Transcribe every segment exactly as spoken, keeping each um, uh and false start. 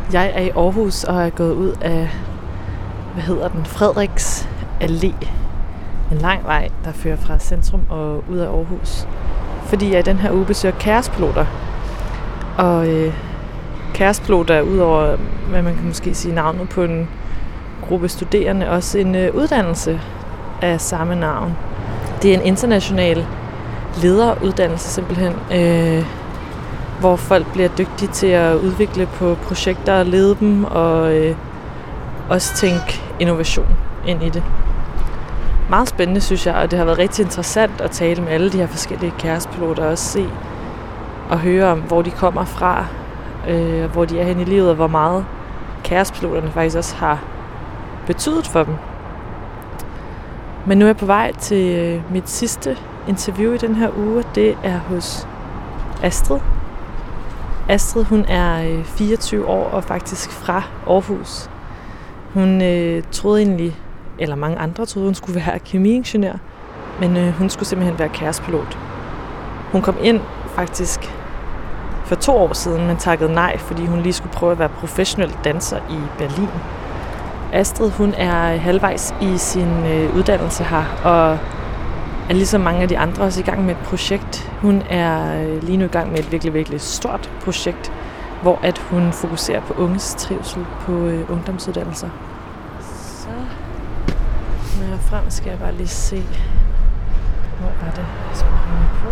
Jeg er i Aarhus og er gået ud af, hvad hedder den, Frederiks Allé. En lang vej, der fører fra centrum og ud af Aarhus. Fordi jeg i den her uge besøger Kaospiloter. Og øh, Kaospiloter er udover, hvad man kan måske sige, navnet på en gruppe studerende, også en øh, uddannelse af samme navn. Det er en international lederuddannelse simpelthen, øh, hvor folk bliver dygtige til at udvikle på projekter og lede dem, og øh, også tænke innovation ind i det. Meget spændende, synes jeg, og det har været rigtig interessant at tale med alle de her forskellige Kaospiloter, og også se og høre om, hvor de kommer fra, øh, hvor de er hen i livet, og hvor meget Kaospiloterne faktisk også har betydet for dem. Men nu er jeg på vej til øh, mit sidste interview i den her uge. Det er hos Astrid. Astrid, hun er øh, fireogtyve år og faktisk fra Aarhus. Hun øh, troede egentlig, eller mange andre troede, hun skulle være kemiingeniør, men øh, hun skulle simpelthen være Kaospilot. Hun kom ind faktisk for to år siden, men takkede nej, fordi hun lige skulle prøve at være professionel danser i Berlin. Astrid, hun er halvvejs i sin øh, uddannelse her, og er ligesom mange af de andre også i gang med et projekt. Hun er øh, lige nu i gang med et virkelig, virkelig stort projekt, hvor at hun fokuserer på unges trivsel på øh, ungdomsuddannelser. Så når jeg er frem, skal jeg bare lige se, hvor var det, jeg skulle hænge på.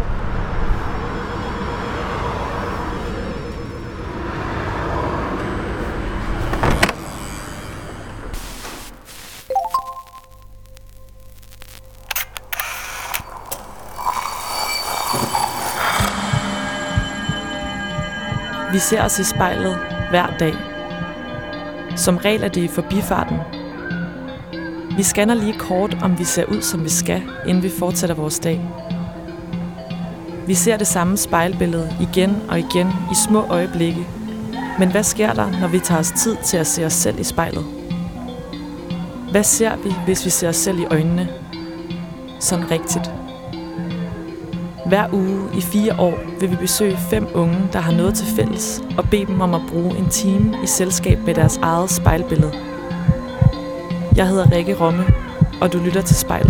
Vi ser os i spejlet hver dag. Som regel er det i forbifarten. Vi scanner lige kort, om vi ser ud, som vi skal, inden vi fortsætter vores dag. Vi ser det samme spejlbillede igen og igen i små øjeblikke. Men hvad sker der, når vi tager os tid til at se os selv i spejlet? Hvad ser vi, hvis vi ser os selv i øjnene? Sådan rigtigt. Hver uge i fire år vil vi besøge fem unge, der har noget til fælles, og bede dem om at bruge en time i selskab med deres eget spejlbillede. Jeg hedder Rikke Romme, og du lytter til Spejlet.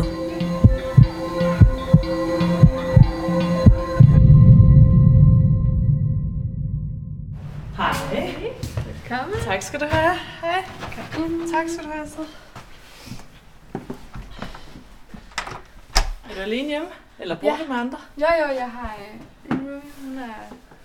Hej. Velkommen. Tak skal du have. Hej. Mm. Tak skal du have, Astrid. Er du alene hjemme? Eller bor Ja. du med andre? Jo, jo, jeg har øh, en roomie, hun er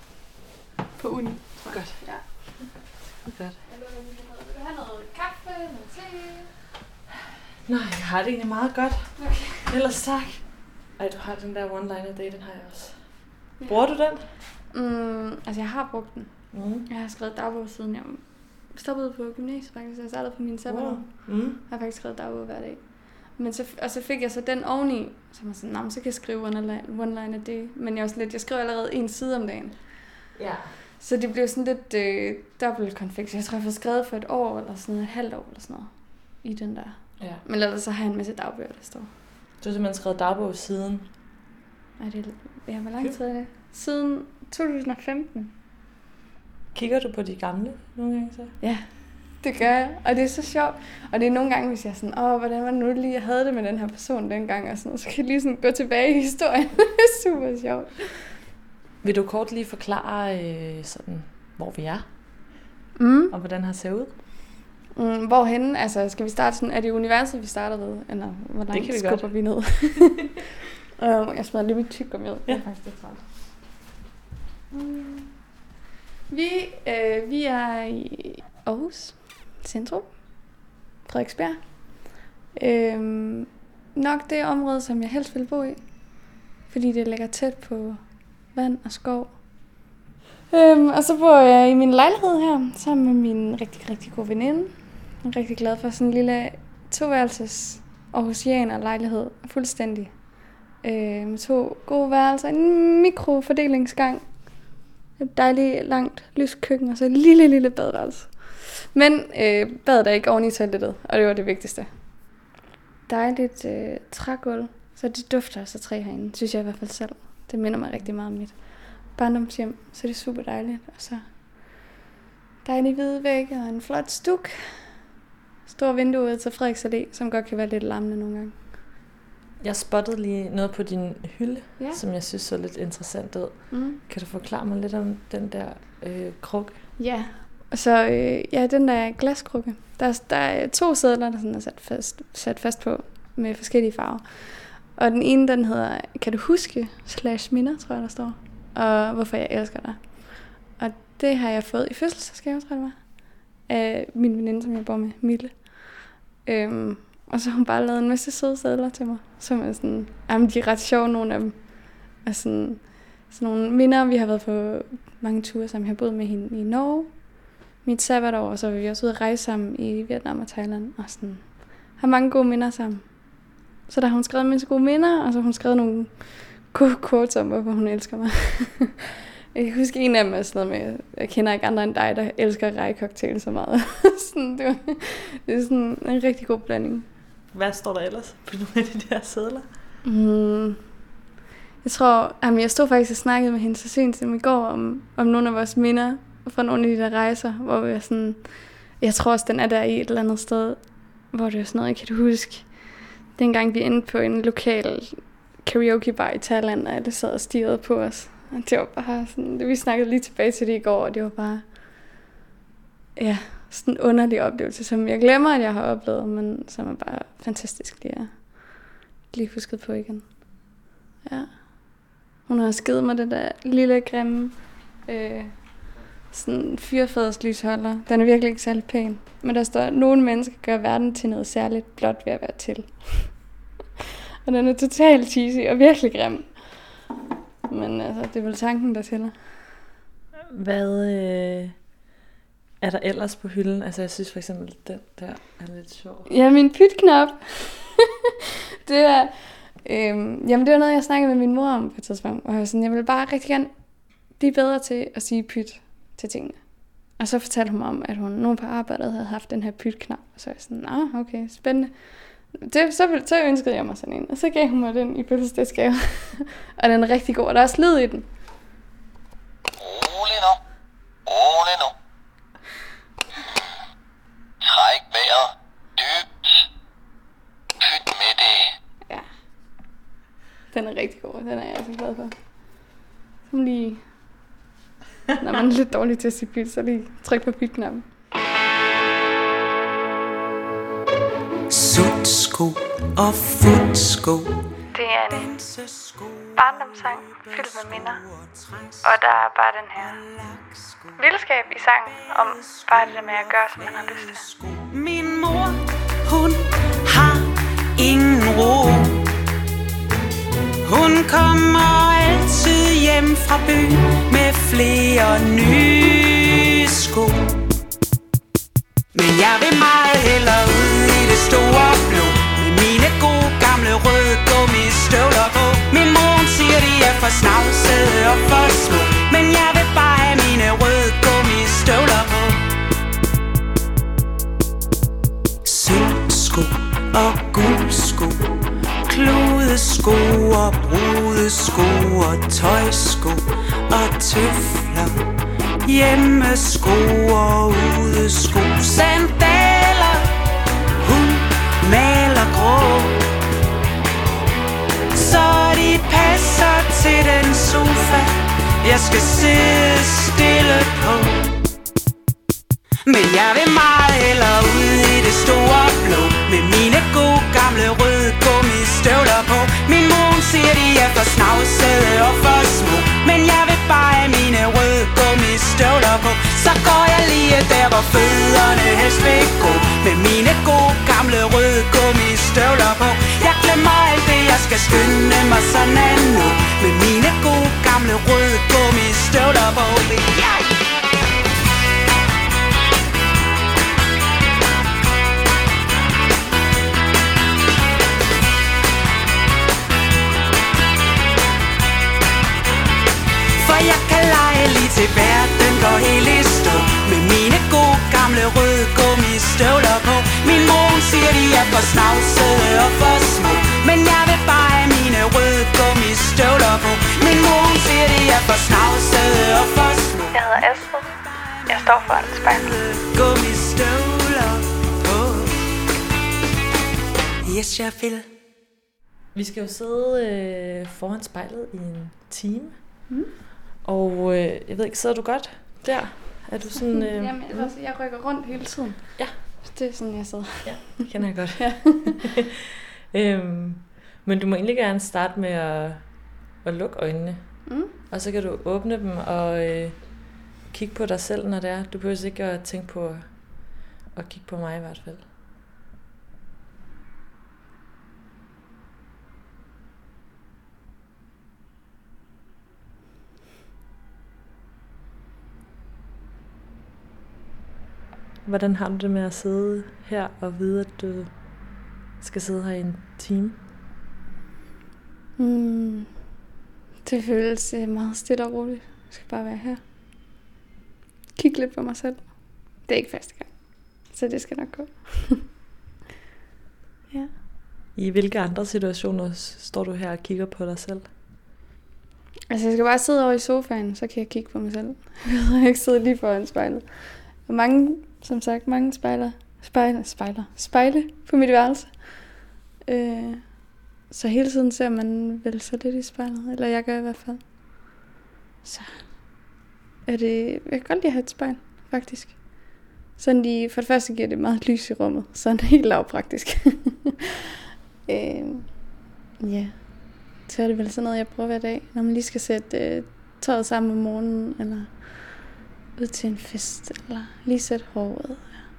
på uni. Godt. Ja. Godt. Vil du have noget kaffe, noget te? Nej, jeg har det egentlig meget godt. Okay. Ellers tak. Ej, du har den der one-liner day, den har jeg også. Ja. Bruger du den? Mm, altså, jeg har brugt den. Mm. Jeg har skrevet dagbog, siden jeg stoppede på gymnasiet, faktisk. Jeg startede på min sabbatår. Wow. Mm. Jeg har faktisk skrevet dagbog hver dag. Men så, og så fik jeg så den oveni, så var sådan, nah, så kan jeg skrive one-liner day. Men jeg var sådan lidt, jeg skrev allerede en side om dagen. Ja. Så det blev sådan lidt øh, dobbelt konfekt. Jeg tror, jeg har skrevet for et år, eller sådan noget, et halvt år, eller sådan noget, i den der. Ja. Men ellers så har jeg en masse dagbøger, der står. Du har simpelthen skrevet dagbog siden? Nej, det er, ja, hvor lang tid er det? Siden to tusind og femten. Kigger du på de gamle nogle gange så? Ja, det gør jeg. Og det er så sjovt. Og det er nogle gange, hvis jeg er sådan, åh, hvordan var det nu lige, jeg havde det med den her person dengang, og sådan noget, så kan jeg lige sådan gå tilbage i historien. Det er super sjovt. Vil du kort lige forklare, øh, sådan, hvor vi er? Mm. Og hvordan har det ser ud? Mm, hvorhenne? Altså, skal vi starte sådan, er det universet, vi starter ved? Eller hvor langt vi skubber godt. vi ned? um, jeg smadrer lige mit tyggegummi ud. Ja. Det er faktisk lidt træt. Mm. Vi, øh, vi er i Aarhus Centrum, Frederiksberg. Øhm, nok det område, som jeg helst vil bo i, fordi det ligger tæt på vand og skov. Øhm, og så bor jeg i min lejlighed her, sammen med min rigtig, rigtig gode veninde. Jeg er rigtig glad for sådan en lille toværelses aarhusianer lejlighed, fuldstændig. Øh, med to gode værelser, en mikrofordelingsgang, et dejligt langt lyst køkken og så et lille, lille badeværelse. Men øh, badet er ikke oven i toilettet, og det var det vigtigste. Dejligt øh, trægulv, så det dufter så træ herinde, synes jeg i hvert fald selv. Det minder mig rigtig meget om mit barndomshjem, så det er super dejligt. Og så dejlige hvide vægge og en flot stuk. Stor vindue ud til Frederiks Allé, som godt kan være lidt larmende nogle gange. Jeg spottede lige noget på din hylde, ja. som jeg synes så lidt interessant ud. Mm. Kan du forklare mig lidt om den der øh, krukke? Ja, så øh, ja, den der glaskrukke. Der, der er to sædler, der sådan er sat fast, sat fast på med forskellige farver. Og den ene, den hedder, kan du huske, slash minder, tror jeg, der står. Og hvorfor jeg elsker dig. Og det har jeg fået i fødselsdagsgave, tror jeg det var. Af min veninde, som jeg bor med, Mille. Øhm, og så har hun bare lavet en masse søde sædler til mig. Som er sådan, jamen de er ret sjove, nogle af dem. Og sådan, sådan nogle minder, vi har været på mange ture sammen. Jeg har boet med hende i Norge. Mit sabbatår, og så var vi også ude at rejse sammen i Vietnam og Thailand. Og sådan, har mange gode minder sammen. Så der har hun skrevet en masse gode minder, og så har hun skrevet nogle gode quotes om, hvorfor hun elsker mig. Jeg kan huske en af dem er sådan noget med, jeg kender ikke andre end dig, der elsker rejcocktail så meget. sådan, det, var, det er sådan en rigtig god blanding. Hvad står der ellers på nogle af de der sædler? Mm, jeg tror, jamen jeg stod faktisk og snakkede med hende så sent som i går om, om nogle af vores minder fra nogle af de der rejser, hvor vi er sådan, jeg tror også, den er der i et eller andet sted, hvor det er sådan noget, jeg kan huske. Dengang vi endte på en lokal karaoke bar i Thailand, og alle sad og stirrede på os. Og det var bare sådan, det, vi snakkede lige tilbage til det i går, og det var bare, ja, sådan en underlig oplevelse, som jeg glemmer, at jeg har oplevet, men som er bare fantastisk lige at lige husket på igen. Ja. Hun har skidt mig det der lille grimme øh, sådan fyrfadslysholder. Den er virkelig ikke særlig pæn. Men der står, nogle mennesker gør verden til noget særligt blot ved at være til. Og den er totalt cheesy og virkelig grim. Men altså, det er vel tanken, der tæller. Hvad øh, er der ellers på hylden? Altså, jeg synes for eksempel, den der er lidt sjov. Ja, min pytknap. det er... Øhm, jamen, det var noget, jeg snakkede med min mor om på et tidspunkt. Og jeg var sådan, jeg vil bare rigtig gerne blive bedre til at sige pyt til tingene. Og så fortalte hun mig om, at hun nogen på arbejdet havde haft den her pytknap. Og så var jeg sådan, nå, okay, spændende. Det, så, så ønskede jeg mig sådan en. Og så gav hun mig den i fødselsdagsgave. og den er rigtig god, og der er også lyd i den. Rolig nu. Rolig nu. Træk vejret dybt. Pyt med det. Ja. Den er rigtig god, den er jeg også glad for. Som lige... Når man er lidt dårlig til at sige pyt, så lige tryk på pytknappen. Sutsko og futsko. Det er en barndomssang fyldt med minder. Og der er bare den her vildskab i sangen om bare det der med at gøre, som man har lyst til. Min mor, hun har ingen ro. Hun kommer altid hjem fra byen med flere nye sko. Men jeg vil meget hellere ud i det store blå, med mine gode gamle røde gummistøvler på. Min mor siger, de er for snavsede og for små, men jeg vil bare have mine røde gummistøvler på. Sølvsko og guldsko, kludesko og brudesko og tøjsko og tøfler, hjemmesko og udesko, sandaler, hun maler grå, så de passer til den sofa, jeg skal sidde stille på. Men jeg vil meget hellere ud i det store blå, med mine gode gamle røde gummistøvler på. Min mor siger, de er for snavsede og for små, men jeg vil bare have mine røde gummistøvler på. Så går jeg lige der, hvor fødderne helst vil gå, med mine gode gamle røde gummistøvler på. Jeg glemmer alt det, jeg skal skynde mig sådan nu, med mine gode gamle røde gummistøvler på. Yeah! Jeg kan lege lige til verden går helt i stå, med mine gode gamle røde gummistøvler på. Min mor siger, de er for snavsede og for små, men jeg vil bare have mine røde gummistøvler på. Min mor siger, de er for snavsede og for små. Jeg hedder Astrid. Jeg står står foran spejlet. Gummistøvler på. Yes, jeg vil. Vi skal jo sidde øh, foran spejlet i en time. Mm. Og øh, jeg ved ikke, sidder du godt der? Er du sådan... Øh, Jamen, altså, jeg rykker rundt hele tiden. Ja. Det er sådan, jeg sidder. Ja, det kender jeg godt. Ja. øhm, men du må egentlig gerne starte med at, at lukke øjnene. Mm. Og så kan du åbne dem og øh, kigge på dig selv, når det er. Du behøver ikke at tænke på at, at kigge på mig i hvert fald. Hvordan har du det med at sidde her og vide, at du skal sidde her i en time? Mm. Det føles meget stille og roligt. Jeg skal bare være her. Kigge lidt på mig selv. Det er ikke første gang, så det skal nok gå. Ja. I hvilke andre situationer står du her og kigger på dig selv? Altså, jeg skal bare sidde over i sofaen, så kan jeg kigge på mig selv. Jeg ved ikke sidde lige foran spejlet. Og mange, som sagt, mange spejler, spejler, spejler, spejle på mit værelse. Øh, så hele tiden ser man vel så lidt i spejlet, eller jeg gør i hvert fald. Så er det, jeg kan godt lide at have et spejl, faktisk. Sådan lige, for det første giver det meget lys i rummet, sådan helt lavpraktisk. øh, ja, så er det vel sådan noget, jeg prøver hver dag, når man lige skal sætte øh, tøjet sammen om morgenen, eller ud til en fest, eller lige sætte håret.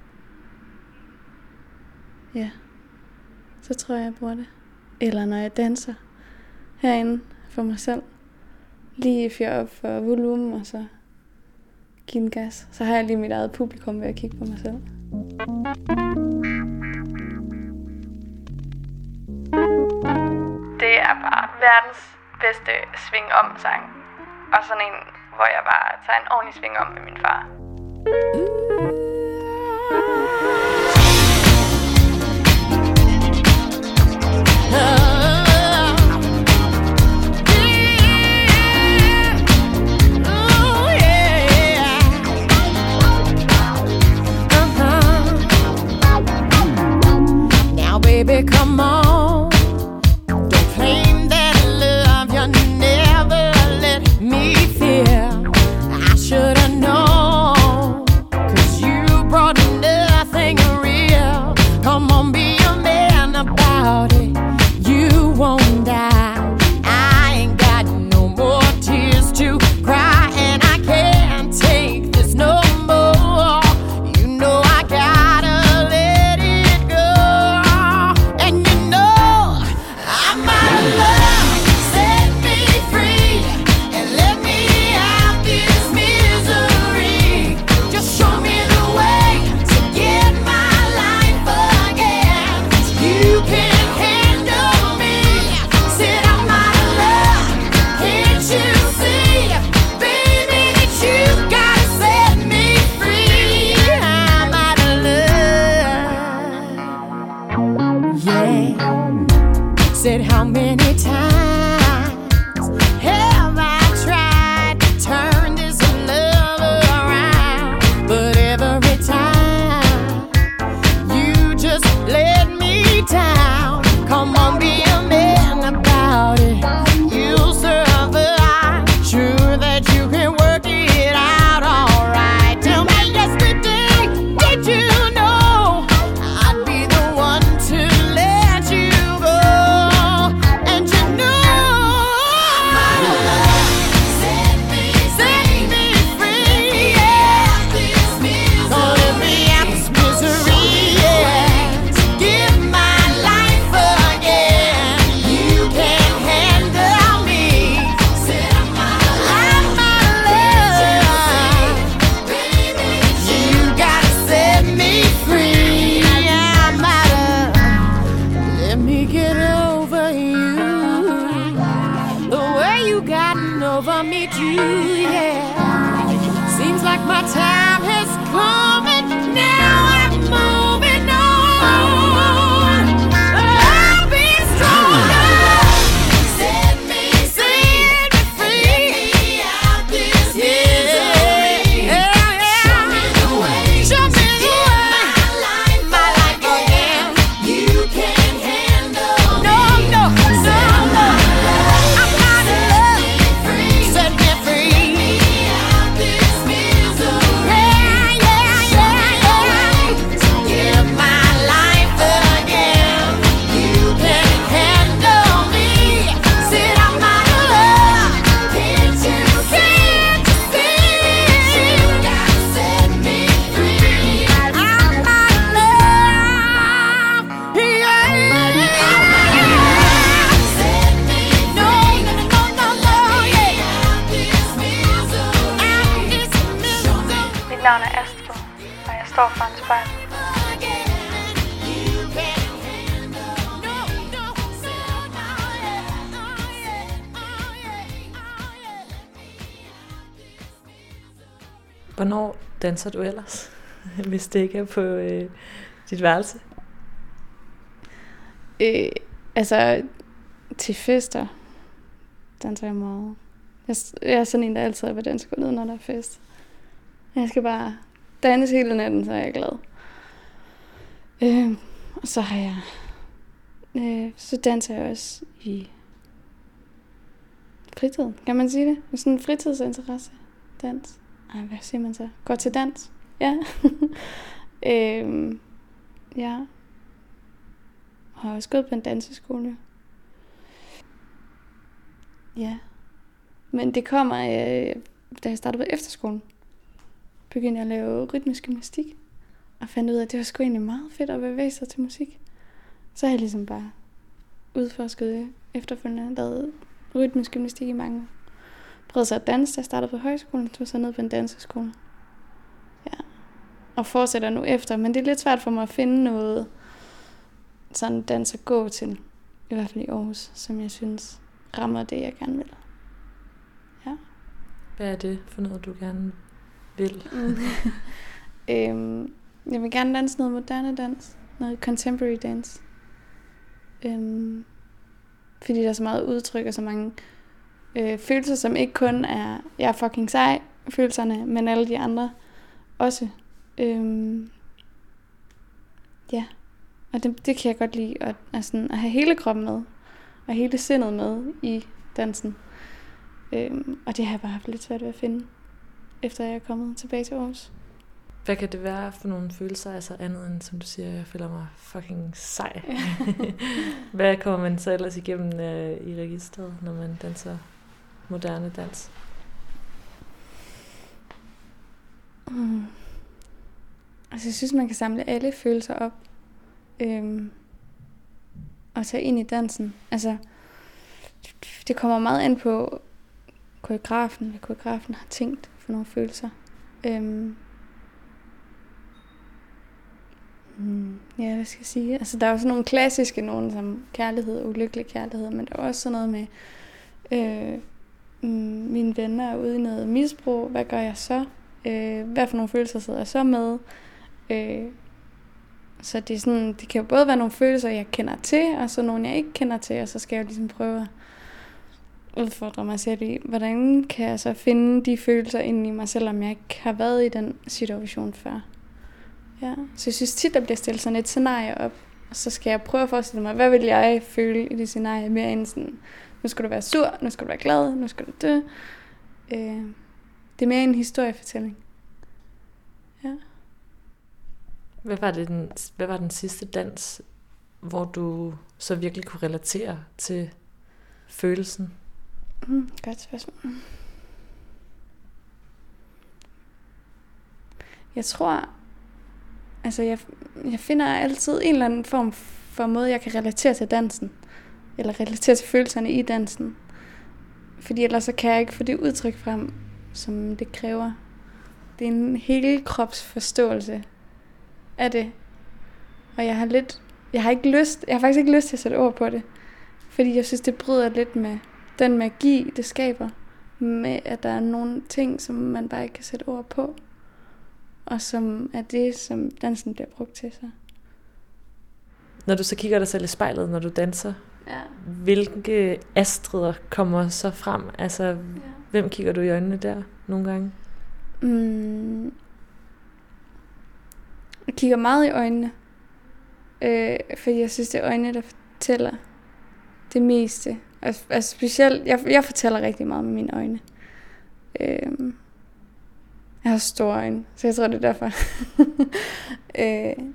Ja, så tror jeg, jeg bruger det. Eller når jeg danser herinde for mig selv, lige fyre op for volumen, og så give den gas. Så har jeg lige mit eget publikum ved at kigge på mig selv. Det er bare verdens bedste sving-om-sang. Og sådan en, hvor jeg bare tager en ordentlig sving om med min far. Baby, come on. Don't claim that love you never let me feel. I should've known, 'cause you Astrid, og jeg står foran spejlet. Hvornår danser du ellers, hvis det ikke er på øh, dit værelse? Øh, altså, til fester danser jeg meget. Jeg, jeg er sådan en, der altid er ved dansegulvet, når der er fest. Jeg skal bare danse hele natten, så er jeg glad. Øh, og så har jeg... Øh, så danser jeg også i fritiden, kan man sige det? Sådan en fritidsinteresse. Dans. Ej, hvad siger man så? Går til dans. Ja. øhm, ja. Og har også gået på en danseskole. Ja. Men det kommer, øh, da jeg startede på efterskolen, begyndte jeg at lave rytmisk gymnastik. Og fandt ud af, at det var sgu egentlig meget fedt at bevæge sig til musik. Så har jeg ligesom bare udforsket efterfølgende, lavet rytmisk gymnastik i mange år. Prøvede så at danse, da jeg startede på højskolen, tog så ned på en danseskole. Ja. Og fortsætter nu efter, men det er lidt svært for mig at finde noget sådan dans at gå til, i hvert fald i Aarhus, som jeg synes rammer det, jeg gerne vil. Ja. Hvad er det for noget, du gerne vil? øhm, jeg vil gerne danse noget moderne dans, noget contemporary dance. Øhm, fordi der er så meget udtryk og så mange øh, følelser, som ikke kun er, jeg er fucking sej, følelserne, men alle de andre også. Øhm, ja, og det, det kan jeg godt lide, at, altså, at have hele kroppen med, og hele sindet med i dansen. Øhm, og det har jeg bare haft lidt svært ved at finde, efter jeg er kommet tilbage til Aarhus. Hvad kan det være for nogle følelser, altså andet end, som du siger, jeg føler mig fucking sej? Hvad kommer man så ellers igennem øh, i registret, når man danser moderne dans? Mm. Altså, jeg synes, man kan samle alle følelser op øhm, og tage ind i dansen. Altså, det kommer meget an på koreografen, hvad koreografen har tænkt for nogle følelser. Øhm, mm, ja, hvad skal jeg sige? Altså, der er jo sådan nogle klassiske nogle, som kærlighed og ulykkelig kærlighed, men der er også sådan noget med, øh, mm, mine venner er ude i noget misbrug, hvad gør jeg så? Øh, hvad for nogle følelser sidder jeg så med? Øh, så det er sådan, det kan jo både være nogle følelser, jeg kender til, og så nogle, jeg ikke kender til, og så skal jeg jo ligesom prøve at udfordre mig selv i, hvordan kan jeg så finde de følelser inde i mig, selvom jeg ikke har været i den situation før. Ja. Så jeg synes tit, der bliver stillet sådan et scenarie op, og så skal jeg prøve at forestille mig, hvad vil jeg føle i det scenarie, mere end sådan, nu skal du være sur, nu skal du være glad, nu skal du dø. Øh, det er mere en historiefortælling. Ja. Hvad var, det den, hvad var den sidste dans, hvor du så virkelig kunne relatere til følelsen? Mm, godt spørgsmål. Jeg tror, altså jeg, jeg finder altid en eller anden form for måde, jeg kan relatere til dansen. Eller relatere til følelserne i dansen. Fordi ellers så kan jeg ikke få det udtryk frem, som det kræver. Det er en hele kropsforståelse af det. Og jeg har lidt, jeg har ikke lyst, jeg har faktisk ikke lyst til at sætte ord på det. Fordi jeg synes, det bryder lidt med den magi, det skaber. Med at der er nogle ting, som man bare ikke kan sætte ord på. Og som er det, som dansen bliver brugt til sig. Når du så kigger dig selv i spejlet, når du danser, ja. Hvilke astrider kommer så frem? Altså, ja. Hvem kigger du i øjnene der nogle gange? Mm. Jeg kigger meget i øjnene. Øh, fordi jeg synes, det er øjnene, der fortæller det meste. Altså, altså specielt, jeg, jeg fortæller rigtig meget med mine øjne. Øh, jeg har store øjne, så jeg tror, det er derfor. øh,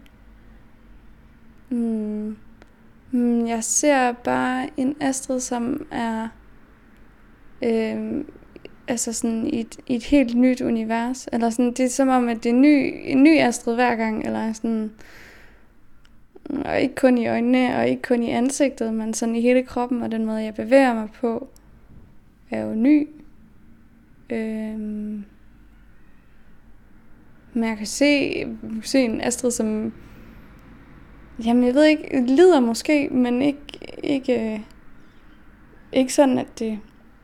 mm, mm, jeg ser bare en Astrid, som er øh, altså sådan i et, i et helt nyt univers. Eller sådan, det er som om, at det er ny, en ny Astrid hver gang. Eller sådan, og ikke kun i øjnene, og ikke kun i ansigtet, men sådan i hele kroppen, og den måde, jeg bevæger mig på, er jo ny. Øhm, Men jeg kan se, se en Astrid, som, jamen jeg ved ikke, lider måske, men ikke, ikke, ikke sådan, at det,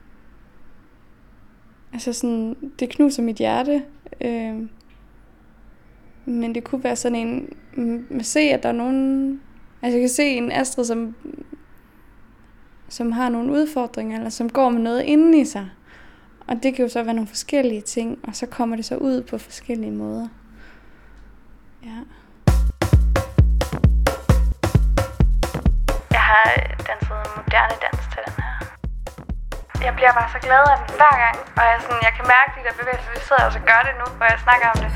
altså sådan, det knuser mit hjerte. Øh, men det kunne være sådan en, man se, at der er nogen, altså jeg kan se en Astrid, som, som har nogle udfordringer, eller som går med noget inde i sig. Og det kan jo så være nogle forskellige ting, og så kommer det så ud på forskellige måder. Ja. Jeg har danset moderne dans til den her. Jeg bliver bare så glad af den hver gang, og jeg, sådan, jeg kan mærke de der bevægelser, vi sidder og så gør det nu, hvor jeg snakker om det.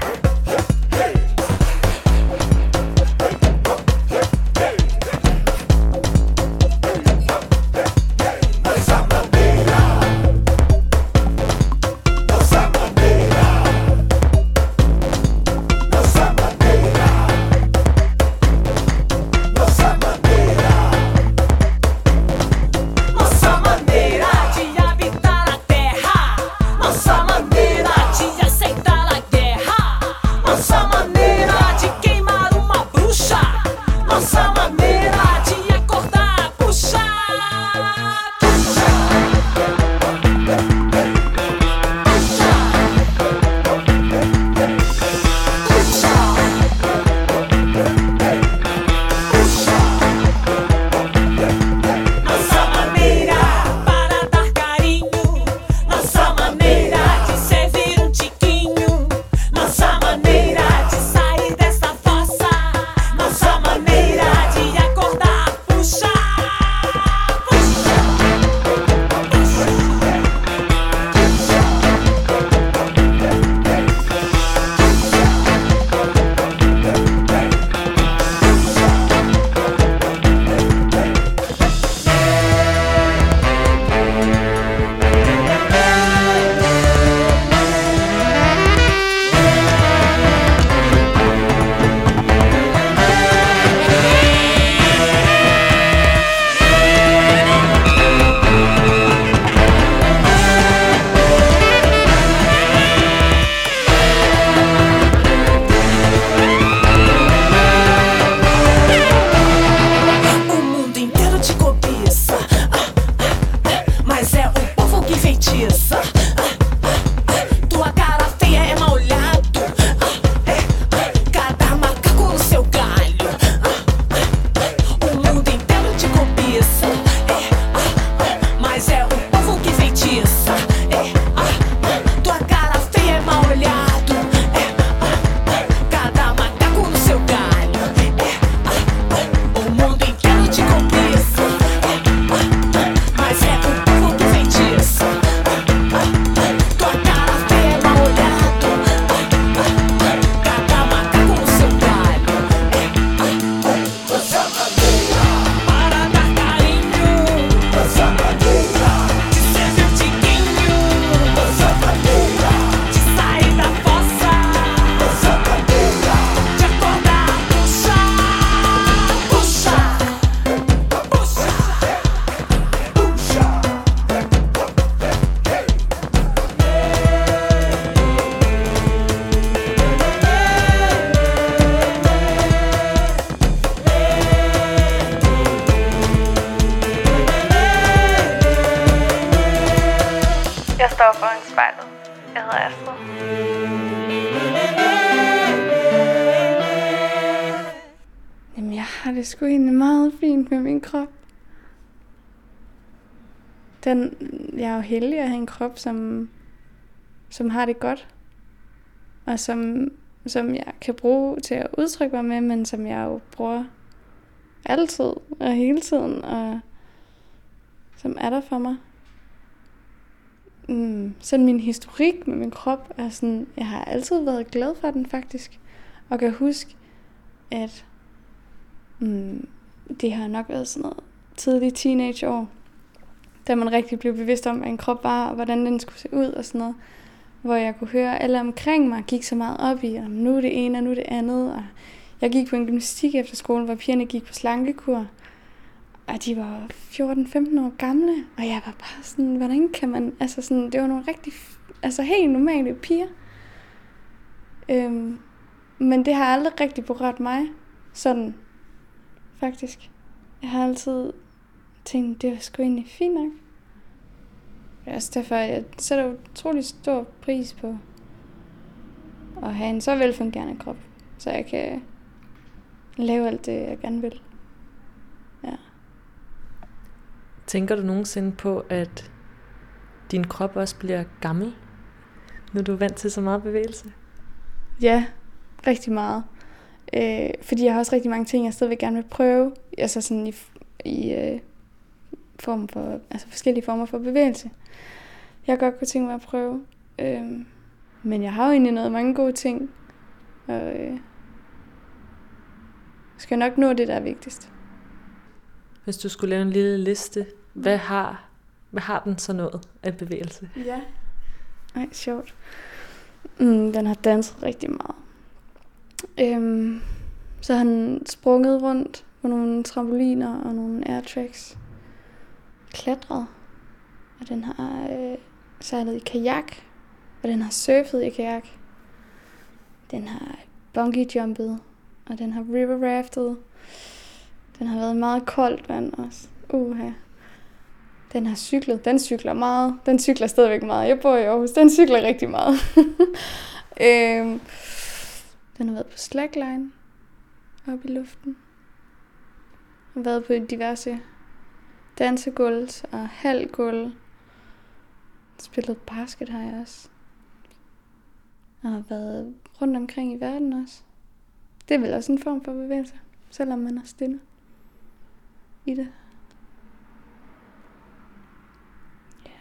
Jeg står foran spejlet. Jeg hedder Astrid. Jamen, jeg har det sgu egentlig meget fint med min krop. Den, jeg er jo heldig at have en krop, som, som har det godt. Og som, som jeg kan bruge til at udtrykke mig med, men som jeg jo bruger altid og hele tiden, og som er der for mig. Mm, sådan min historik med min krop er sådan, jeg har altid været glad for den faktisk, og kan huske, at mm, det har nok været sådan noget tidlige teenageår, da man rigtig blev bevidst om, hvad en krop var, og hvordan den skulle se ud og sådan noget, hvor jeg kunne høre, at alle omkring mig gik så meget op i, at nu er det ene og nu er det andet, og jeg gik på en gymnastik efter skolen, hvor pigerne gik på slankekur, og de var fjorten femten år gamle, og jeg var bare sådan, hvordan kan man, altså sådan, det var nogle rigtig, altså helt normale piger. Øhm, Men det har aldrig rigtig berørt mig. Sådan, faktisk. Jeg har altid tænkt, det var sgu egentlig fint nok. Det er også derfor, jeg sætter utrolig stor pris på at have en så velfungerende krop, så jeg kan lave alt det, jeg gerne vil. Ja. Tænker du nogensinde på, at din krop også bliver gammel, når du er vant til så meget bevægelse? Ja, rigtig meget. Øh, fordi jeg har også rigtig mange ting, jeg stadigvæk gerne vil prøve. Altså sådan i, i øh, form for, altså forskellige former for bevægelse. Jeg godt kunne tænke mig at prøve. Øh, men jeg har jo egentlig noget mange gode ting. Og øh, skal nok nå det, der er vigtigst. Hvis du skulle lave en lille liste, hvad har, hvad har den så nået af bevægelse? Ja. Ej, sjovt. Mm, den har danset rigtig meget. Øhm, så har han sprunget rundt på nogle trampoliner og nogle airtracks. Klatret. Og den har øh, sejlet i kajak. Og den har surfet i kajak. Den har bungee jumpet. Og den har river raftet. Den har været meget koldt vand også. Uha. Den har cyklet. Den cykler meget. Den cykler stadigvæk meget. Jeg bor i Aarhus. Den cykler rigtig meget. øhm, den har været på slackline. Oppe i luften. Har været på diverse dansegulv og halvgulv. Spillet basket har jeg også. Og har været rundt omkring i verden også. Det er vel også en form for bevægelse. Selvom man er stille i det. Yeah.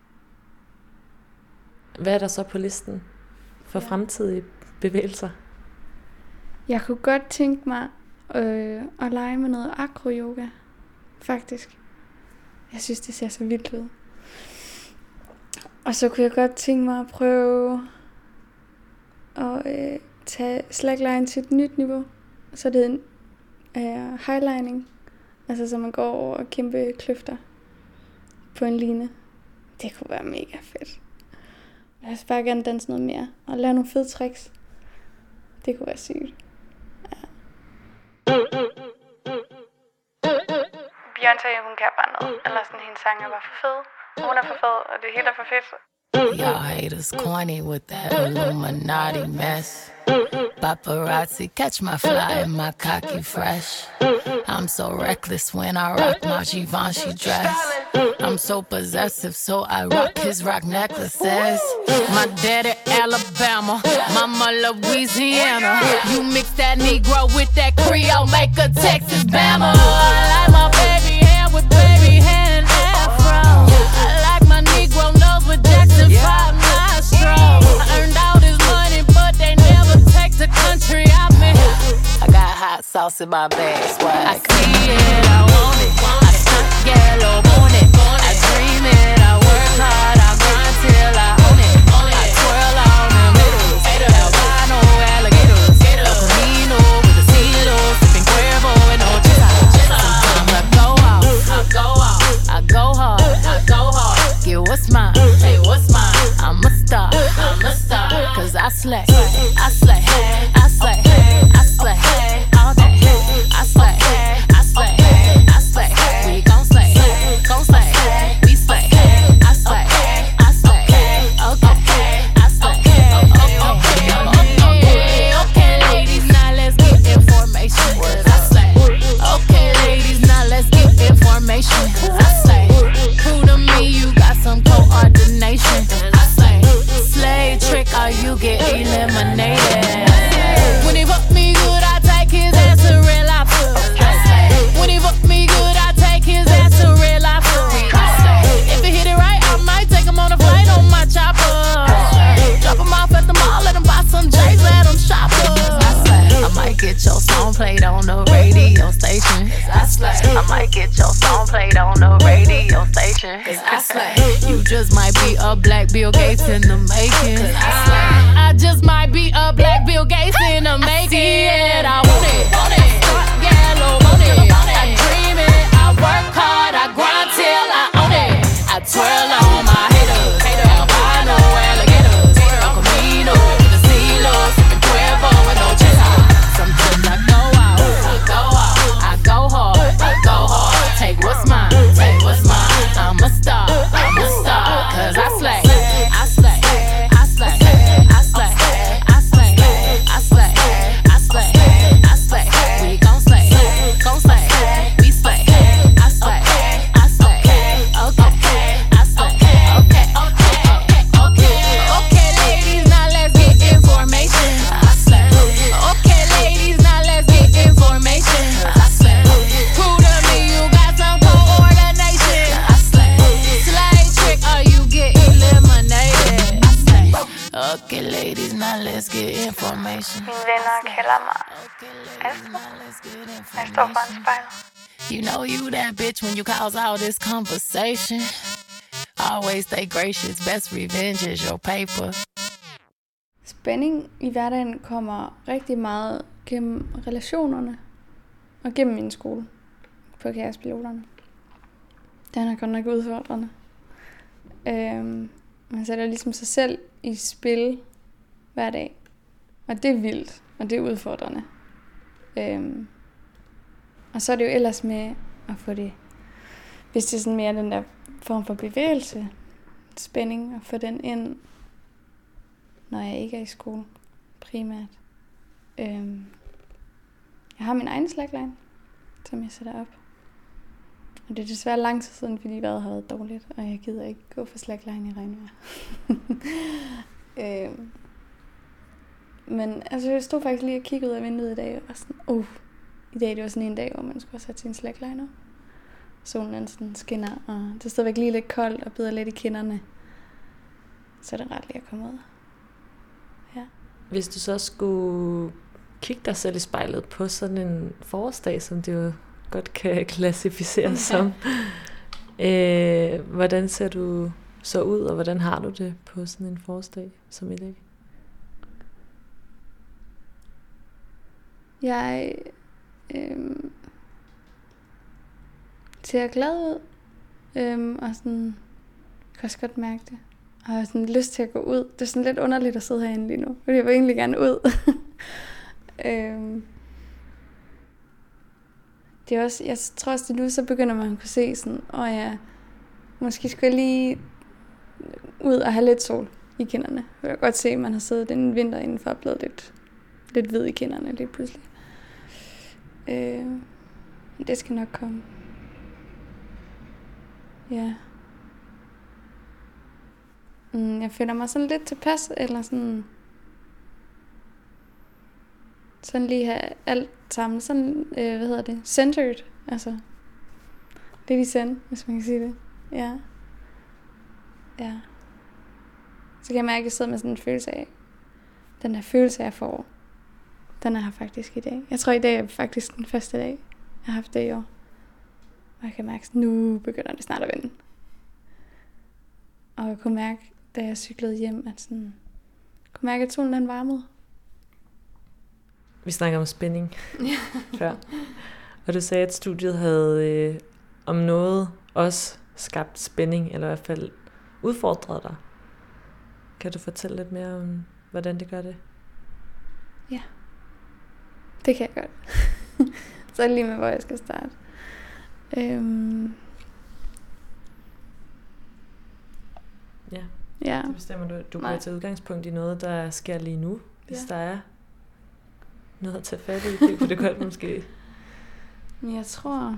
Hvad er der så på listen for ja. fremtidige bevægelser? Jeg kunne godt tænke mig øh, at lege med noget acro-yoga. Faktisk. Jeg synes, det ser så vildt ud. Og så kunne jeg godt tænke mig at prøve at øh, tage slackline til et nyt niveau. Så det er en øh, highlining. Altså så man går over kæmpe kløfter på en line. Det kunne være mega fedt. Jeg vil bare gerne danse noget mere. Og lave nogle fede tricks. Det kunne være sygt. Ja. Beyoncé, hun kan bare noget. Eller sådan, hendes sang er bare for fed. Hun er for fed, og det hele er for fedt. Y'all haters corny with that Illuminati mess. Paparazzi, catch my fly and my cocky fresh. I'm so reckless when I rock my Givenchy dress. I'm so possessive, so I rock his rock necklaces. My daddy Alabama, mama Louisiana. You mix that Negro with that Creole, make a Texas Bama. I like my baby hair with baby hair and afro. I like my Negro nose with Jackson five nostrils. I earned all this money, but they never take the country I'm in. I got hot sauce in my bag, swag. I see it, I want it. I stunt yellow, want it. I dream it, I work hard, I grind till I own it. I twirl on them hitters, albino alligators. El Camino with the CeeLo, sipping Cuervo and no chisa. Sometimes I go out, I go out, I go hard, I go hard. Get what's mine, hey, what's mine? I'm a star, I'm a star. Cause I slay, I slay, I slay, I slay, all day. I slay, I slay, I slay. We gon' slay, gon' slay, we slay. I slay, I slay, okay, I slay, okay, okay, okay, ladies, now let's get information. I slay, okay, ladies, now let's get information. I slay, prove to me you got some coordination. I slay, slay trick or you get eliminated. When he fuck me good, I take his ass to real life. When he fuck me good, I take his ass to real life. If he hit it right, I might take him on a flight on my chopper. Drop him off at the mall, let him buy some J's, let him shop up. I might get your song played on the radio station. I might get your song played on the radio station. I slay. You just might be a black Bill Gates in the making. I just might be a black Bill Gates in the making. I want it, want it, start yellow, want it. I dream it, I work hard, I grind till I own it. I twirl on my haters, albino alligators. El Camino with the CeeLo, sipping Cuervo and no chisa. conversation. Mine venner kalder mig Astrid, når jeg står foran spejlet. You know you that bitch when you cause all this conversation. Always stay gracious, best revenge is your paper. Spænding i hverdagen kommer rigtig meget gennem relationerne og gennem min skole på Kaospiloterne. Den er godt nok udfordrende. Øhm, man sætter ligesom sig selv i spil hver dag. Og det er vildt, og det er udfordrende. Øhm, og så er det jo ellers med at få det, hvis det er sådan mere den der form for bevægelse, spænding, og få den ind, når jeg ikke er i skole, primært. Øhm, jeg har min egen slackline, som jeg sætter op. Og det er desværre lang tid siden, fordi vejret har været dårligt, og jeg gider ikke gå for slackline i regnvejr. øhm, men altså, jeg stod faktisk lige og kiggede ud af vinduet i dag, og var sådan, uh, i dag det var sådan en dag, hvor man skulle have sat sin slackline op. Solen sådan skinner, og det er stadigvæk lige lidt koldt og bider lidt i kinderne. Så er det ret lige at komme ud. Ja. Hvis du så skulle kigge dig selv i spejlet på sådan en forårsdag, som det jo godt kan klassificeres som, øh, hvordan ser du så ud, og hvordan har du det på sådan en forårsdag som i dag? Jeg øh, ser glad ud, øh, og sådan, jeg kan også godt mærke det. Og jeg har sådan lyst til at gå ud. Det er sådan lidt underligt at sidde herinde lige nu, fordi jeg vil egentlig gerne ud. øh, det er også, jeg tror også, at nu så begynder man at kunne se sådan, åh ja, måske skulle jeg lige ud og have lidt sol i kinderne. Jeg kan godt se, at man har siddet den vinter indenfor og blevet lidt, lidt hvid i kinderne lige pludselig. Øh, det skal nok komme. Ja. Mm, jeg føler mig sådan lidt tilpas, eller sådan, sådan lige have alt sammen, sådan, øh, hvad hedder det, centered, altså, lidt i send, hvis man kan sige det, ja, ja, så kan jeg mærke, at jeg sidder med sådan en følelse af, den her følelse jeg får, den er her faktisk i dag. Jeg tror i dag er faktisk den første dag, jeg har haft det i år, og jeg kan mærke, at nu begynder det snart at vende, og jeg kunne mærke, da jeg cyklede hjem, at sådan, jeg kunne mærke, at solen den varmede. Vi snakker om spænding før. Og du sagde, at studiet havde øh, om noget også skabt spænding, eller i hvert fald udfordret dig. Kan du fortælle lidt mere om, hvordan det gør det? Ja, det kan jeg godt. Så er det lige med, hvor jeg skal starte. Øhm. Ja. Ja. Så bestemmer du, du kan tage udgangspunkt i noget, der sker lige nu, hvis ja. der er noget at tage fat i. Det kunne det godt måske. Men jeg tror,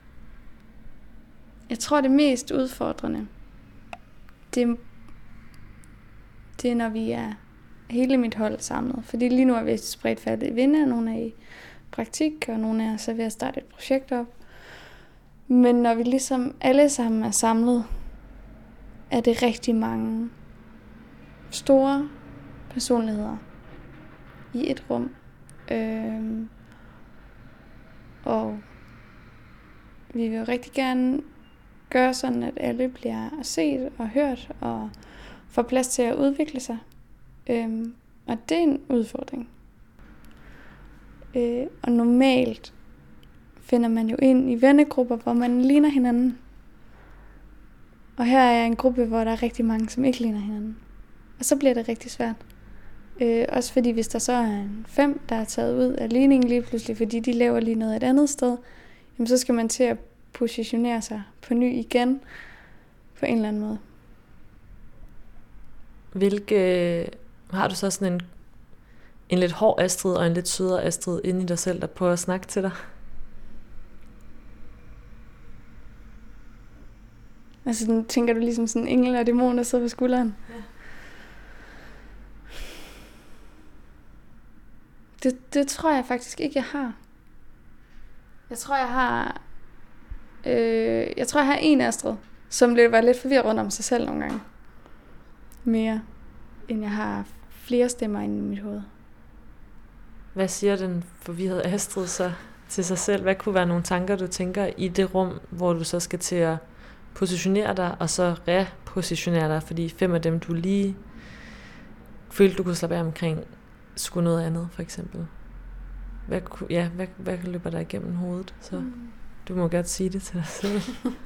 jeg tror det mest udfordrende, det, det er, når vi er hele mit hold samlet. Fordi lige nu er vi spredt fat i vinde, og nogle er i praktik, og nogle er så ved at starte et projekt op. Men når vi ligesom alle sammen er samlet, er det rigtig mange store personligheder i et rum. Øhm, og vi vil jo rigtig gerne gøre sådan, at alle bliver set og hørt og får plads til at udvikle sig. Øhm, og det er en udfordring. Øh, og normalt finder man jo ind i vennegrupper, hvor man ligner hinanden. Og her er en gruppe, hvor der er rigtig mange, som ikke ligner hinanden. Og så bliver det rigtig svært. Øh, også fordi hvis der så er en fem, der er taget ud af ligningen lige pludselig, fordi de laver lige noget et andet sted, jamen så skal man til at positionere sig på ny igen, på en eller anden måde. Hvilke, har du så sådan en, en lidt hård Astrid og en lidt sødere Astrid inde i dig selv, der prøver at snakke til dig? Altså sådan, tænker du ligesom sådan en engel og dæmon, der sidder på skulderen? Ja. Det, det tror jeg faktisk ikke, jeg har. Jeg tror, jeg har... Øh, jeg tror, jeg har en Astrid, som var lidt forvirret rundt om sig selv nogle gange. Mere, end jeg har flere stemmer inde i mit hoved. hvad siger den forvirrede Astrid så til sig selv? Hvad kunne være nogle tanker, du tænker i det rum, hvor du så skal til at positionere dig, og så repositionere dig, fordi fem af dem, du lige følte, du kunne slappe af omkring, skulle noget andet, for eksempel. Hvad, ja, hvad, hvad løber der igennem hovedet? Så mm. du må godt sige det til dig selv.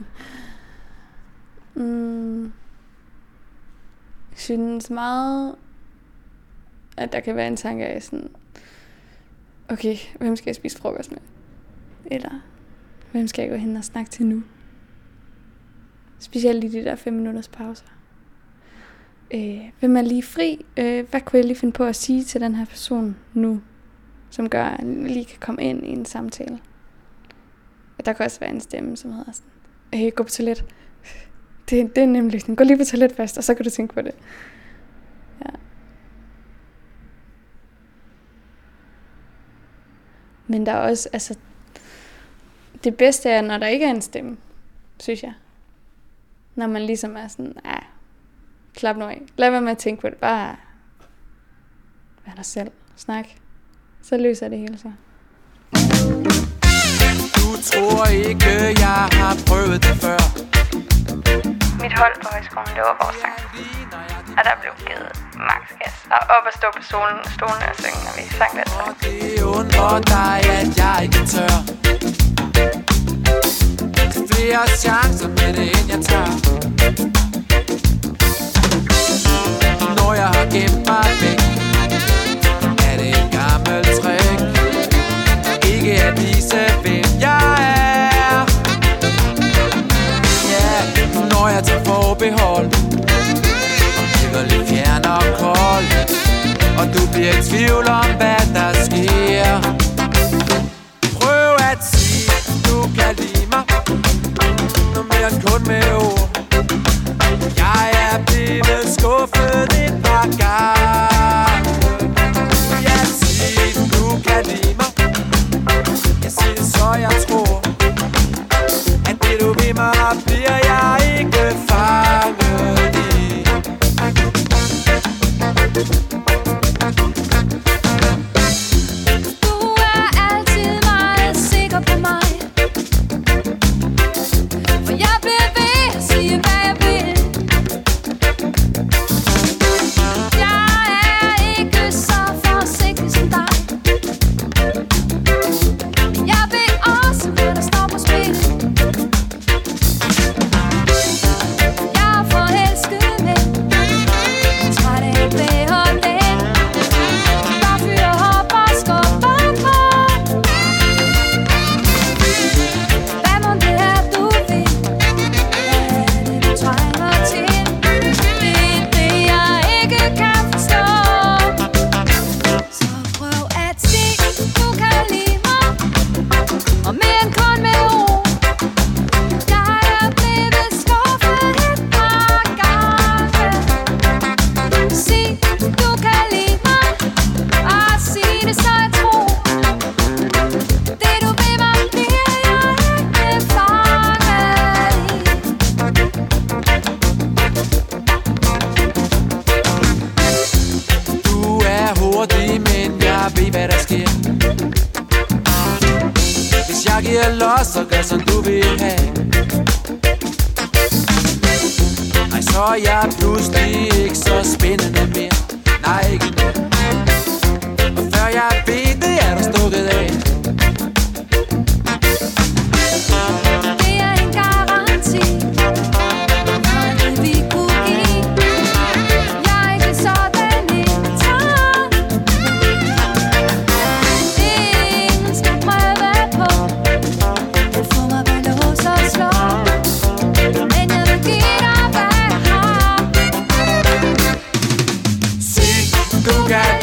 mm. Jeg synes meget, at der kan være en tanke af sådan, okay, hvem skal jeg spise frokost med? Eller, hvem skal jeg gå hen og snakke til nu? Specielt i de der fem minutters pauser. Øh, hvem er lige fri? Øh, hvad kunne jeg lige finde på at sige til den her person nu, som gør, at jeg lige kan komme ind i en samtale? Og der kan også være en stemme, som hedder sådan, øh, gå på toilet. Det, det er nemlig sådan, gå lige på toilet først, og så kan du tænke på det. Ja. Men der er også, altså, det bedste er, når der ikke er en stemme, synes jeg. Når man ligesom er sådan, ah, slap nu af. Lad være med at tænke på det. Bare vær dig selv. Snak. Så løser det hele sig. Du tror ikke, jeg har prøvet det før. Mit hold på højskolen, det var vores sang. Og der blev givet max gas. Og op og stå på stolen, stolene og synge, når vi sang den sang. Og det undrer dig, at jeg ikke tør. Flere chancer med det, end jeg tør. Når jeg har gemt mig væk, er det et gammelt trick. Ikke at vise, hvem jeg er. Ja, yeah, når jeg tager forbehold og bliver lidt fjern og kold, og du bliver i tvivl om, hvad der sker. Prøv at sige, du kan lide mig, noget mere end kun med ord. Jeg er blevet skuffet et par gange. Jeg siger, du kan lide mig. Jeg siger det, så jeg tror, at det du vil mig, bliver jeg ikke fanget i. Du er altid meget sikker på mig, for jeg bliver ved at sige, hvad jeg vil. Jeg er ikke så forsigtig som dig. Jeg ved også, hvad der står på spil. Jeg er forelsket med, træt af at være den, der fyrer op og skubber på. Hvad må det er, du vil? Hvad er det, du trænger til? Det er det, jeg ikke kan forstå. Så prøv at sige, du kan lide mig, og mere end kun med ord. Jeg er blevet skuffet et par gange. Sig, du kan lide mig, og sig det, så jeg tror. Det du vil mig, bliver jeg ikke fanget i. Du er hurtig, men jeg ved, hvad der sker. Hvis jeg giver los, så gør som du vil have. Nej, så er jeg pludselig ikke så spændende mere. Nej, ikke nu. Og før jeg ved det, er du stukket af. Det er en garanti for det vi kunne give. Jeg er ikke sådan en tør. Ingen skal prøve på at få mig ved lås og slå. Men jeg vil give dig, hvad jeg har. Sig, du kan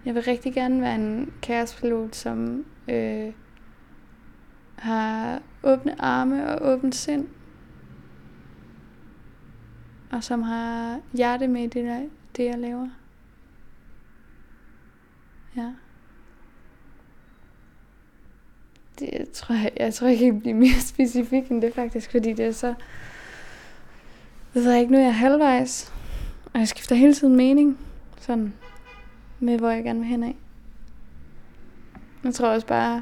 Jeg vil rigtig gerne være en kaospilot, som øh, har åbne arme og åbent sind. Og som har hjerte med i det, der, det jeg laver. Ja. Det tror jeg, jeg tror ikke, jeg kan blive mere specifik end det faktisk, fordi det er så... Jeg ved ikke, nu er jeg halvvejs, og jeg skifter hele tiden mening, sådan med, hvor jeg gerne vil hen af. Jeg tror også bare,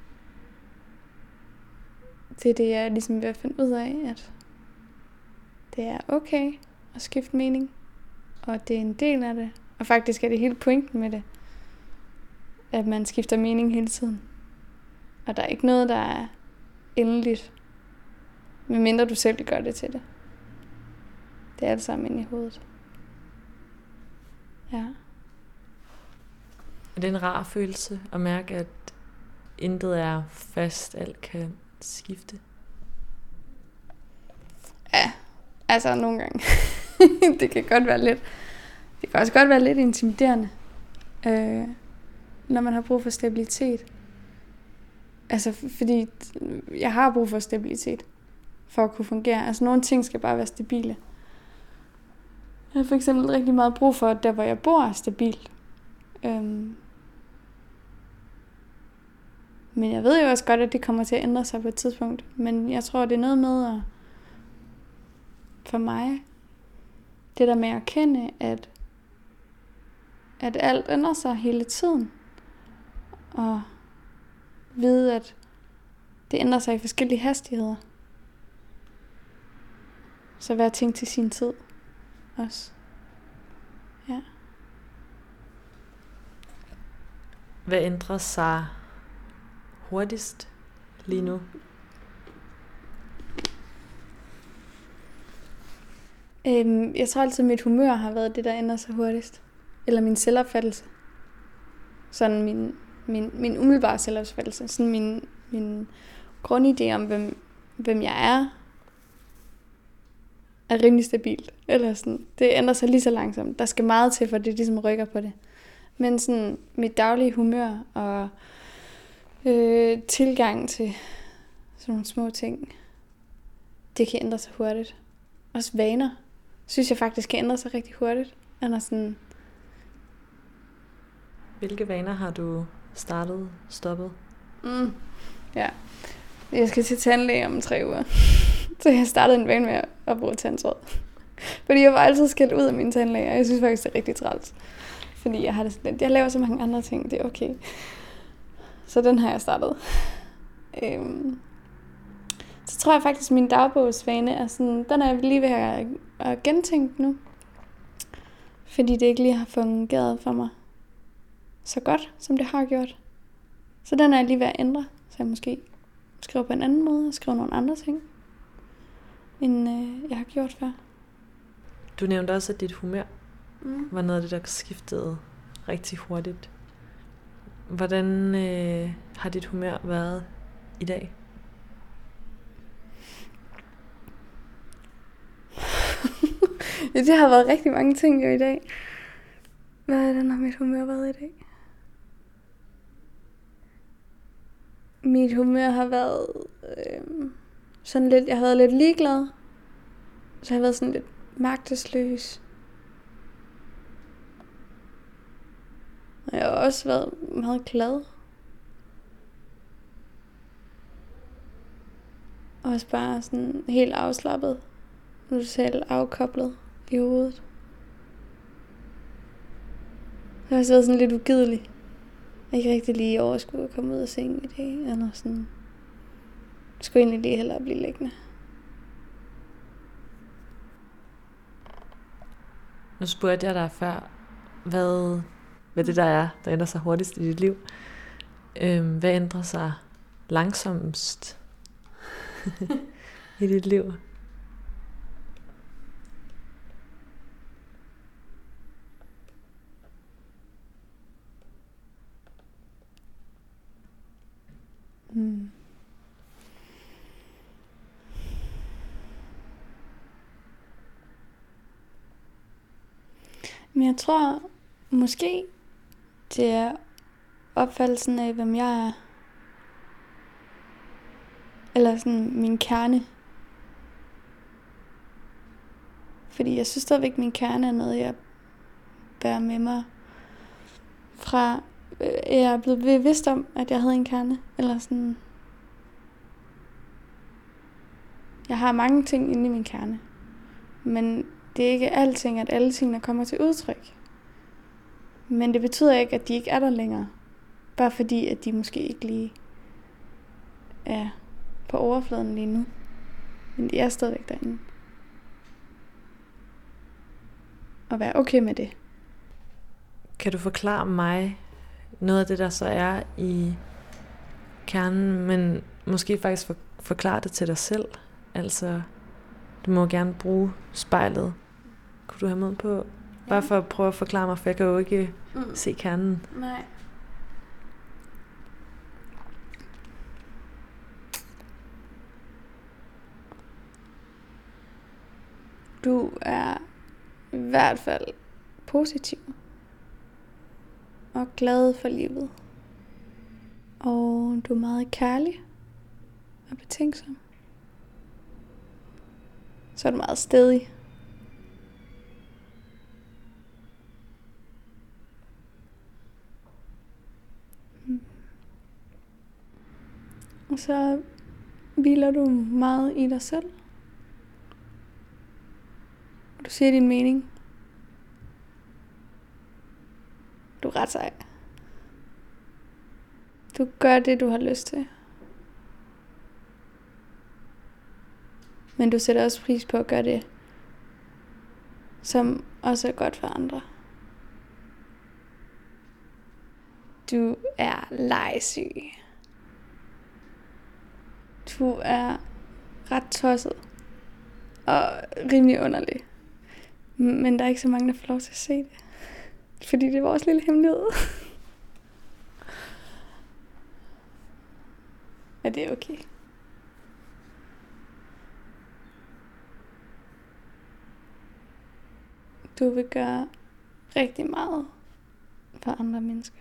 det er det, jeg er ligesom ved at finde ud af, at det er okay at skifte mening, og det er en del af det, og faktisk er det hele pointen med det, at man skifter mening hele tiden. Og der er ikke noget, der er endeligt, medmindre du selv gør det til det. Det er alt sammen inde i hovedet. Ja. Er det en rar følelse at mærke, at intet er fast, alt kan skifte? Ja, altså nogle gange. Det kan godt være lidt, det kan også godt være lidt intimiderende, øh, når man har brug for stabilitet. Altså, fordi jeg har brug for stabilitet for at kunne fungere. Altså, nogle ting skal bare være stabile. Jeg har for eksempel rigtig meget brug for, at der, hvor jeg bor, er stabilt. Øhm. Men jeg ved jo også godt, at det kommer til at ændre sig på et tidspunkt. Men jeg tror, det er noget med at, for mig, det der med at erkende, at, at alt ændrer sig hele tiden. Og vide, at det ændrer sig i forskellige hastigheder. Så hver ting til sin tid også. Ja. Hvad ændrer sig hurtigst lige nu? Øhm, jeg tror altid, at mit humør har været det, der ændrer sig hurtigst. Eller min selvopfattelse. Sådan min, min, min umiddelbare selvopfattelse. Sådan min, min grundidé om, hvem, hvem jeg er, er rimelig stabilt. Eller sådan, det ændrer sig lige så langsomt. Der skal meget til, for det ligesom rykker på det. Men sådan mit daglige humør og øh, tilgang til sådan nogle små ting, det kan ændre sig hurtigt. Også vaner, synes jeg faktisk kan ændre sig rigtig hurtigt. Eller sådan. Hvilke vaner har du startet, stoppet? Mm. Ja, jeg skal til tandlæge om tre uger. Så jeg startede en vane med at bruge tandtråd. Fordi jeg var altid skældt ud af mine tandlæger, og jeg synes faktisk, det er rigtig træls. Fordi jeg har det sådan, jeg laver så mange andre ting, det er okay. Så den har jeg startet. Øhm. Så tror jeg faktisk, at min dagbogsvane er sådan, den er jeg lige ved at, at gentænke nu. Fordi det ikke lige har fungeret for mig så godt, som det har gjort. Så den er jeg lige ved at ændre. Så jeg måske skriver på en anden måde, og skriver nogle andre ting, end øh, jeg har gjort før. Du nævnte også, at dit humør mm. var noget af det, der skiftede rigtig hurtigt. Hvordan øh, har dit humør været i dag? Ja, det har været rigtig mange ting jo i dag. Hvad er det, når mit humør været i dag? Mit humør har været øh, sådan lidt, jeg har været lidt ligeglad. Så jeg har været sådan lidt magtesløs. Og jeg har også været meget glad. Og også bare sådan helt afslappet. Nu er selv afkoblet i hovedet. Jeg har også været sådan lidt ugidelig. Jeg ikke rigtig lige overskud at komme ud af sengen i dag. Eller sådan. Jeg skulle egentlig lige hellere blive liggende. Nu spurgte jeg dig før, hvad, hvad det der er, der ændrer sig hurtigst i dit liv. Øhm, hvad ændrer sig langsomst i dit liv? Mm. Men jeg tror måske Det er opfattelsen af, hvem jeg er. Eller sådan min kerne. Fordi jeg synes stadigvæk, min kerne er noget, jeg bærer med mig fra, øh, jeg er blevet bevidst om, at jeg havde en kerne. Eller sådan. Jeg har mange ting inde i min kerne. Men det er ikke alting, at alle tingene kommer til udtryk. Men det betyder ikke, at de ikke er der længere. Bare fordi, at de måske ikke lige er på overfladen lige nu. Men de er stadigvæk derinde. Og være okay med det. Kan du forklare mig noget af det, der så er i kernen, men måske faktisk for, forklare det til dig selv? Altså, du må gerne bruge spejlet. Kunne du have med på? Bare for at prøve at forklare mig, for jeg kan jo ikke mm. se kernen. Nej. Du er i hvert fald positiv og glad for livet. Og du er meget kærlig og betænksom. Så er du meget stædig. Og så hviler du meget i dig selv. Du siger din mening. Du er ret sej. Du gør det, du har lyst til. Men du sætter også pris på at gøre det, som også er godt for andre. Du er legesyg. Du er ret tosset og rimelig underlig. Men der er ikke så mange, der får lov til at se det. Fordi det er vores lille hemmelighed. Ja, det er okay. Du vil gøre rigtig meget for andre mennesker.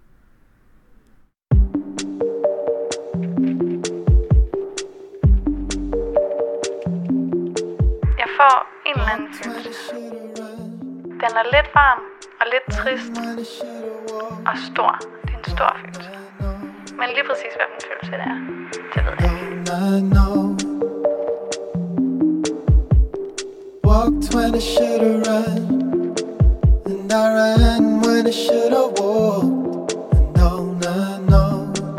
Jeg får en eller anden følelse. Den er lidt varm og lidt trist og stor. Det er en stor følelse. Men lige præcis hvad den følelse det er, det ved jeg ikke. Walked when I should've run, and I ran when I should've walked. And don't I know,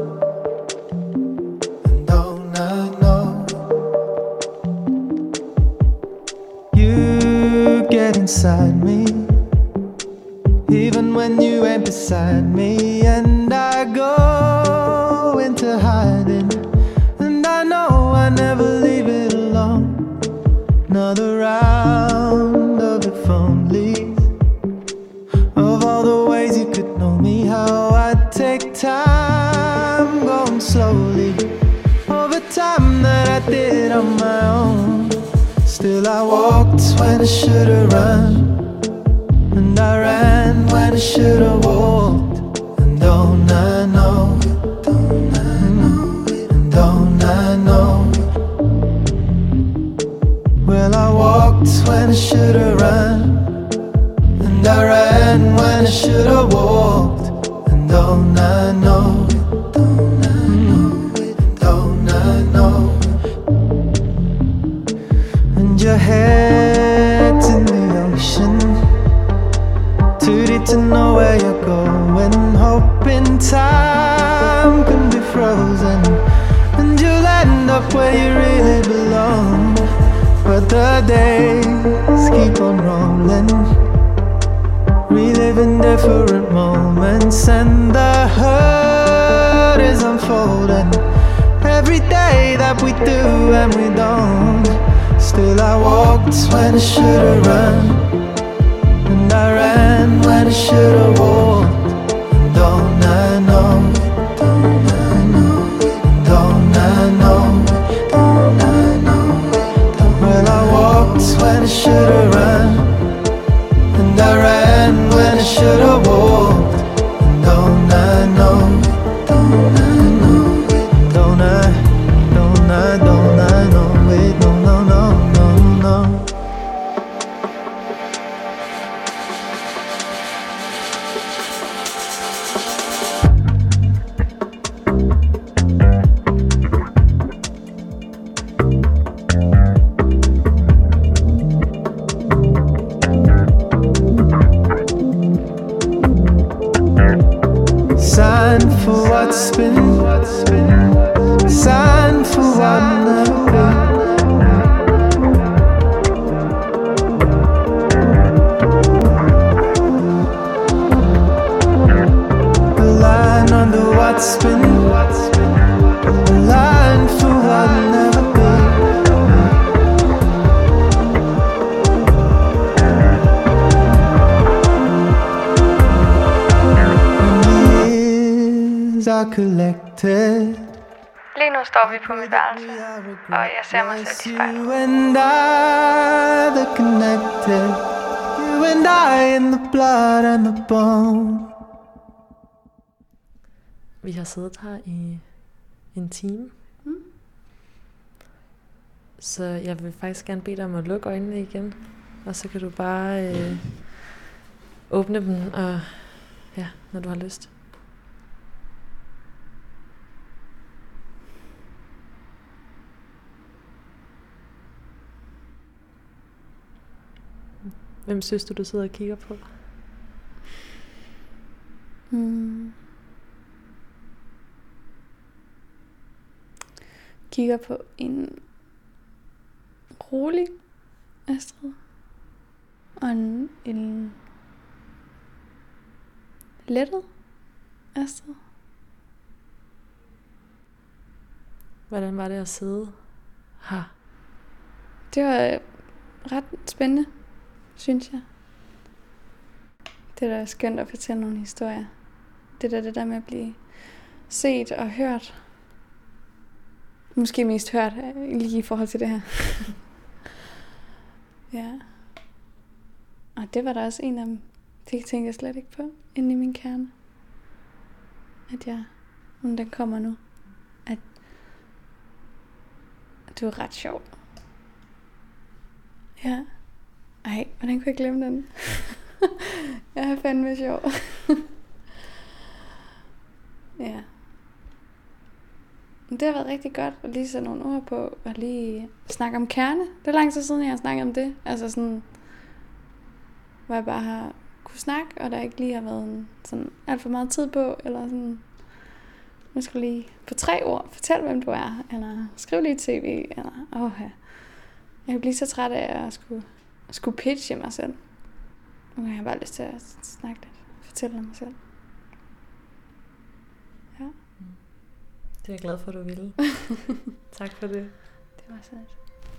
and don't I know, you get inside me, even when you ain't beside me. And I go into hiding, and I know I never leave it alone. Another round of if onlys, of all the ways you could know me. How I take time, going slowly, over time that I did on my own. Still I walked when I should've run, and I ran when I should've walked. And don't I know, don't I know, and don't I know, well, I walked when I should've run, and I ran when I should've walked. And don't I know, don't I know, don't I know, and your head's in the ocean, too deep to know where you're going, hoping time can be frozen, and you'll end up where you really belong. But the days keep on rolling, reliving different moments, and the hurt is unfolding every day that we do and we don't. Still I walked when I should've run, and I ran when I should've walked. And don't I know, don't I know, don't I know, don't I know, well, I walked when I should've run, and I ran when I should've walked. And know it, don't I know it, don't I, don't I, don't I know it, no, no, no, no, no. Sign for what's been, sign for what never been. A line under what's been, a line for what never been. Are collected. Lige nu står vi på mit værelse, og jeg ser mig selv i spejlet. You and I, the connected. You and I in the blood and the bone. Vi har siddet her i en time. Mm. Så jeg vil faktisk gerne bede dig om at lukke øjnene igen. Og så kan du bare øh, åbne dem, og ja, når du har lyst. Hvem synes du, du sidder og kigger på? Hmm. Kigger på en rolig Astrid. Og en, en lettet Astrid. Hvordan var det at sidde her? Det var ret spændende, synes jeg. Det der er skønt at fortælle nogle historier. Det der, det der med at blive set og hørt. Måske mest hørt lige i forhold til det her. Ja. Og det var der også en af dem. Det tænker jeg slet ikke på inde i min kerne. At jeg, om den kommer nu. At, at det var ret sjovt. Ja. Ej, hvordan kunne jeg glemme den? Jeg har fandme sjov. Ja. Det har været rigtig godt at lige sætte nogle ord på og lige snakke om kerne. Det er lang tid siden, jeg har snakket om det. Altså sådan, hvor jeg bare har kunne snakke, og der ikke lige har været en, sådan alt for meget tid på, eller sådan, nu skal lige på tre ord fortælle, hvem du er, eller skriv lige tv, eller åh ja. Jeg kan blive så træt af at skulle, skulle pitche mig selv. Nu har jeg bare lyst til at snakke lidt, fortælle om mig selv. Ja. Det er jeg glad for, at du ville. Tak for det. Det var så lidt.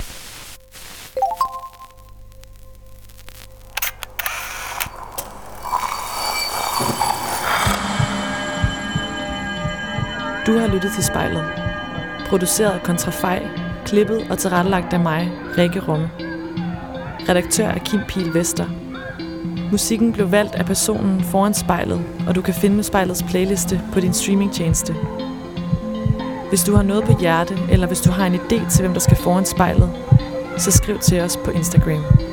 Du har lyttet til Spejlet. Produceret af Kontrafej, klippet og tilrettelagt af mig, Rikke Rumme. Redaktør er Kim Pihl Vester. Musikken blev valgt af personen foran spejlet, og du kan finde Spejlets playliste på din streamingtjeneste. Hvis du har noget på hjerte, eller hvis du har en idé til, hvem der skal foran spejlet, så skriv til os på Instagram.